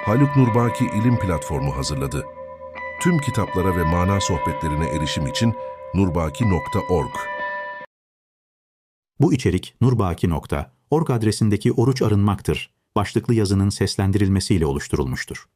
Haluk Nurbaki İlim Platformu hazırladı. Tüm kitaplara ve mana sohbetlerine erişim için nurbaki.org. Bu içerik nurbaki.org adresindeki oruç arınmaktır başlıklı yazının seslendirilmesiyle oluşturulmuştur.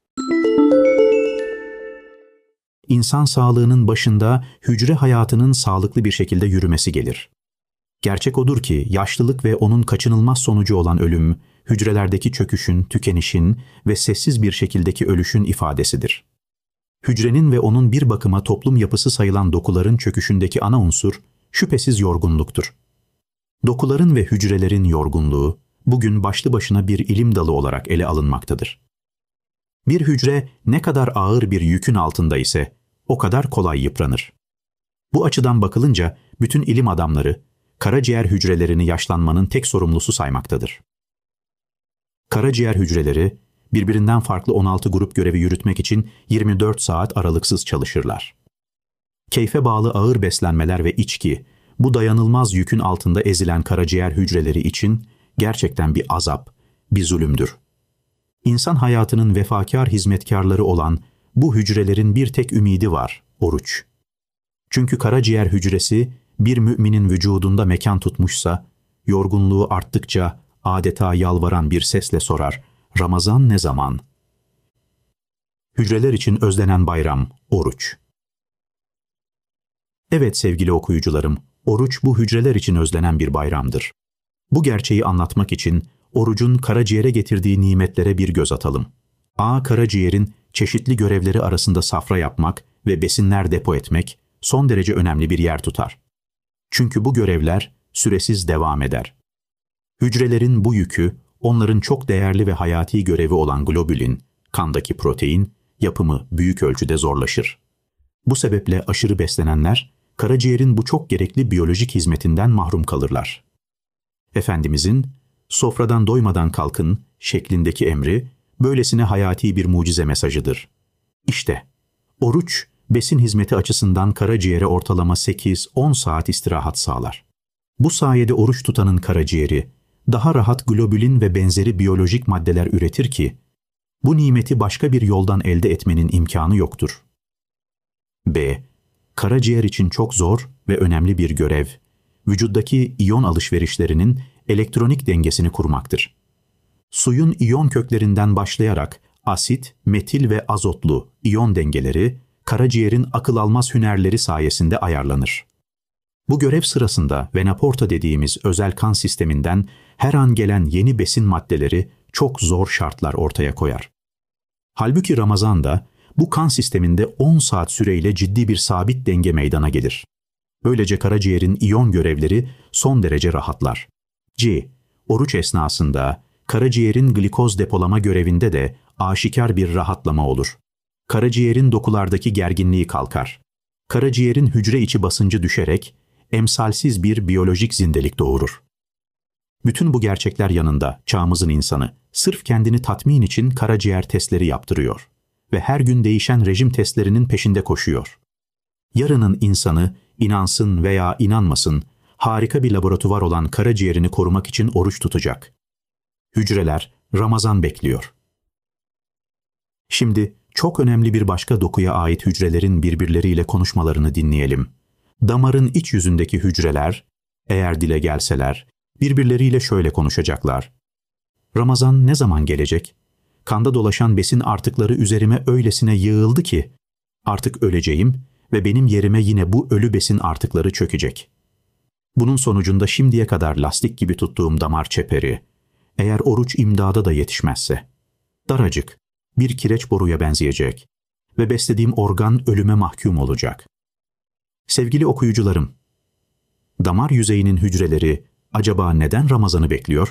İnsan sağlığının başında hücre hayatının sağlıklı bir şekilde yürümesi gelir. Gerçek odur ki yaşlılık ve onun kaçınılmaz sonucu olan ölüm, hücrelerdeki çöküşün, tükenişin ve sessiz bir şekildeki ölüşün ifadesidir. Hücrenin ve onun bir bakıma toplum yapısı sayılan dokuların çöküşündeki ana unsur, şüphesiz yorgunluktur. Dokuların ve hücrelerin yorgunluğu, bugün başlı başına bir ilim dalı olarak ele alınmaktadır. Bir hücre ne kadar ağır bir yükün altında ise, o kadar kolay yıpranır. Bu açıdan bakılınca, bütün ilim adamları, karaciğer hücrelerini yaşlanmanın tek sorumlusu saymaktadır. Karaciğer hücreleri, birbirinden farklı 16 grup görevi yürütmek için 24 saat aralıksız çalışırlar. Keyfe bağlı ağır beslenmeler ve içki, bu dayanılmaz yükün altında ezilen karaciğer hücreleri için gerçekten bir azap, bir zulümdür. İnsan hayatının vefakar hizmetkarları olan bu hücrelerin bir tek ümidi var, oruç. Çünkü karaciğer hücresi bir müminin vücudunda mekan tutmuşsa, yorgunluğu arttıkça adeta yalvaran bir sesle sorar, Ramazan ne zaman? Hücreler için özlenen bayram, oruç. Evet sevgili okuyucularım, oruç bu hücreler için özlenen bir bayramdır. Bu gerçeği anlatmak için orucun karaciğere getirdiği nimetlere bir göz atalım. Karaciğerin çeşitli görevleri arasında safra yapmak ve besinler depo etmek son derece önemli bir yer tutar. Çünkü bu görevler süresiz devam eder. Hücrelerin bu yükü, onların çok değerli ve hayati görevi olan globulin, kandaki protein, yapımı büyük ölçüde zorlaşır. Bu sebeple aşırı beslenenler, karaciğerin bu çok gerekli biyolojik hizmetinden mahrum kalırlar. Efendimizin, sofradan doymadan kalkın şeklindeki emri, böylesine hayati bir mucize mesajıdır. İşte, oruç, besin hizmeti açısından karaciğere ortalama 8-10 saat istirahat sağlar. Bu sayede oruç tutanın karaciğeri, daha rahat globulin ve benzeri biyolojik maddeler üretir ki, bu nimeti başka bir yoldan elde etmenin imkanı yoktur. B. Karaciğer için çok zor ve önemli bir görev, vücuttaki iyon alışverişlerinin elektronik dengesini kurmaktır. Suyun iyon köklerinden başlayarak asit, metil ve azotlu iyon dengeleri, karaciğerin akıl almaz hünerleri sayesinde ayarlanır. Bu görev sırasında vena porta dediğimiz özel kan sisteminden her an gelen yeni besin maddeleri çok zor şartlar ortaya koyar. Halbuki Ramazan'da bu kan sisteminde 10 saat süreyle ciddi bir sabit denge meydana gelir. Böylece karaciğerin iyon görevleri son derece rahatlar. Oruç esnasında karaciğerin glikoz depolama görevinde de aşikar bir rahatlama olur. Karaciğerin dokulardaki gerginliği kalkar. Karaciğerin hücre içi basıncı düşerek emsalsiz bir biyolojik zindelik doğurur. Bütün bu gerçekler yanında çağımızın insanı sırf kendini tatmin için karaciğer testleri yaptırıyor ve her gün değişen rejim testlerinin peşinde koşuyor. Yarının insanı inansın veya inanmasın harika bir laboratuvar olan karaciğerini korumak için oruç tutacak. Hücreler Ramazan bekliyor. Şimdi çok önemli bir başka dokuya ait hücrelerin birbirleriyle konuşmalarını dinleyelim. Damarın iç yüzündeki hücreler, eğer dile gelseler, birbirleriyle şöyle konuşacaklar. Ramazan ne zaman gelecek? Kanda dolaşan besin artıkları üzerime öylesine yığıldı ki, artık öleceğim ve benim yerime yine bu ölü besin artıkları çökecek. Bunun sonucunda şimdiye kadar lastik gibi tuttuğum damar çeperi, eğer oruç imdada da yetişmezse, daracık, bir kireç boruya benzeyecek ve beslediğim organ ölüme mahkum olacak. Sevgili okuyucularım, damar yüzeyinin hücreleri acaba neden Ramazan'ı bekliyor?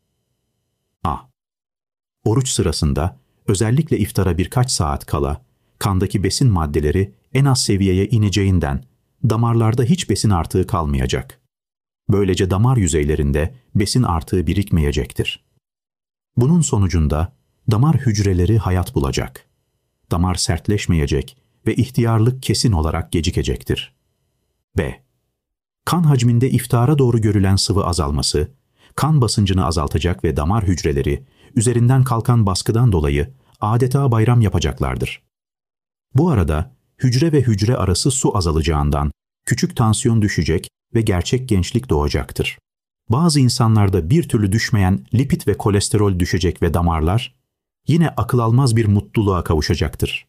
Oruç sırasında, özellikle iftara birkaç saat kala, kandaki besin maddeleri en az seviyeye ineceğinden damarlarda hiç besin artığı kalmayacak. Böylece damar yüzeylerinde besin artığı birikmeyecektir. Bunun sonucunda damar hücreleri hayat bulacak. Damar sertleşmeyecek ve ihtiyarlık kesin olarak gecikecektir. B. Kan hacminde iftara doğru görülen sıvı azalması, kan basıncını azaltacak ve damar hücreleri, üzerinden kalkan baskıdan dolayı adeta bayram yapacaklardır. Bu arada hücre ve hücre arası su azalacağından küçük tansiyon düşecek ve gerçek gençlik doğacaktır. Bazı insanlarda bir türlü düşmeyen lipid ve kolesterol düşecek ve damarlar yine akıl almaz bir mutluluğa kavuşacaktır.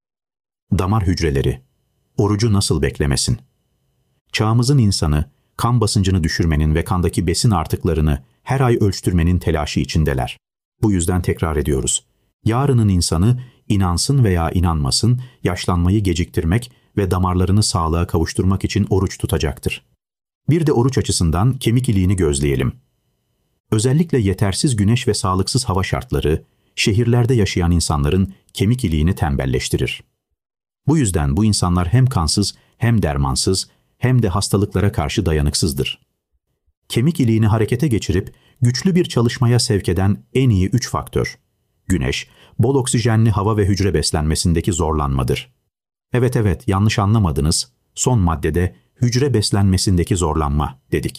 Damar hücreleri, orucu nasıl beklemesin? Çağımızın insanı, kan basıncını düşürmenin ve kandaki besin artıklarını her ay ölçtürmenin telaşı içindeler. Bu yüzden tekrar ediyoruz. Yarının insanı, inansın veya inanmasın, yaşlanmayı geciktirmek ve damarlarını sağlığa kavuşturmak için oruç tutacaktır. Bir de oruç açısından kemik iliğini gözleyelim. Özellikle yetersiz güneş ve sağlıksız hava şartları, şehirlerde yaşayan insanların kemik iliğini tembelleştirir. Bu yüzden bu insanlar hem kansız, hem dermansız, hem de hastalıklara karşı dayanıksızdır. Kemik iliğini harekete geçirip güçlü bir çalışmaya sevk eden en iyi 3 faktör: güneş, bol oksijenli hava ve hücre beslenmesindeki zorlanmadır. Evet, yanlış anlamadınız. Son maddede hücre beslenmesindeki zorlanma dedik.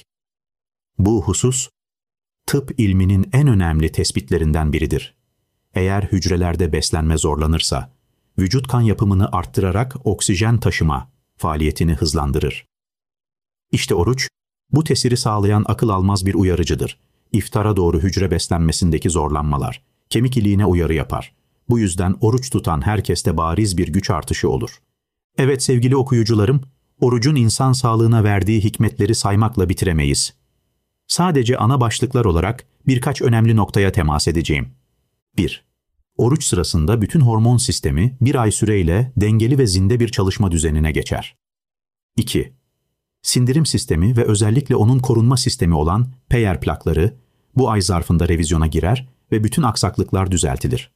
Bu husus, tıp ilminin en önemli tespitlerinden biridir. Eğer hücrelerde beslenme zorlanırsa, vücut kan yapımını arttırarak oksijen taşıma faaliyetini hızlandırır. İşte oruç, bu tesiri sağlayan akıl almaz bir uyarıcıdır. İftara doğru hücre beslenmesindeki zorlanmalar, kemik iliğine uyarı yapar. Bu yüzden oruç tutan herkeste bariz bir güç artışı olur. Evet sevgili okuyucularım, orucun insan sağlığına verdiği hikmetleri saymakla bitiremeyiz. Sadece ana başlıklar olarak birkaç önemli noktaya temas edeceğim. 1. Oruç sırasında bütün hormon sistemi bir ay süreyle dengeli ve zinde bir çalışma düzenine geçer. 2. Sindirim sistemi ve özellikle onun korunma sistemi olan Peyer plakları bu ay zarfında revizyona girer ve bütün aksaklıklar düzeltilir.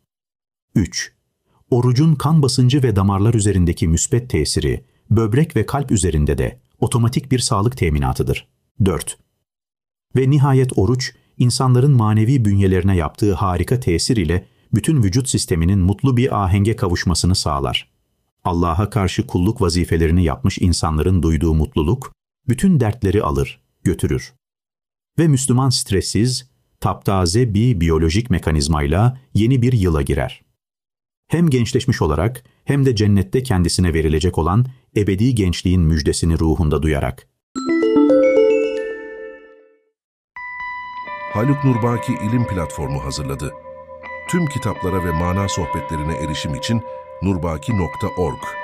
3. Orucun kan basıncı ve damarlar üzerindeki müsbet tesiri, böbrek ve kalp üzerinde de otomatik bir sağlık teminatıdır. 4. Ve nihayet oruç, insanların manevi bünyelerine yaptığı harika tesir ile bütün vücut sisteminin mutlu bir ahenge kavuşmasını sağlar. Allah'a karşı kulluk vazifelerini yapmış insanların duyduğu mutluluk, bütün dertleri alır, götürür. Ve Müslüman stressiz, taptaze bir biyolojik mekanizmayla yeni bir yıla girer. Hem gençleşmiş olarak hem de cennette kendisine verilecek olan ebedi gençliğin müjdesini ruhunda duyarak. Haluk Nurbaki İlim Platformu hazırladı. Tüm kitaplara ve mana sohbetlerine erişim için nurbaki.org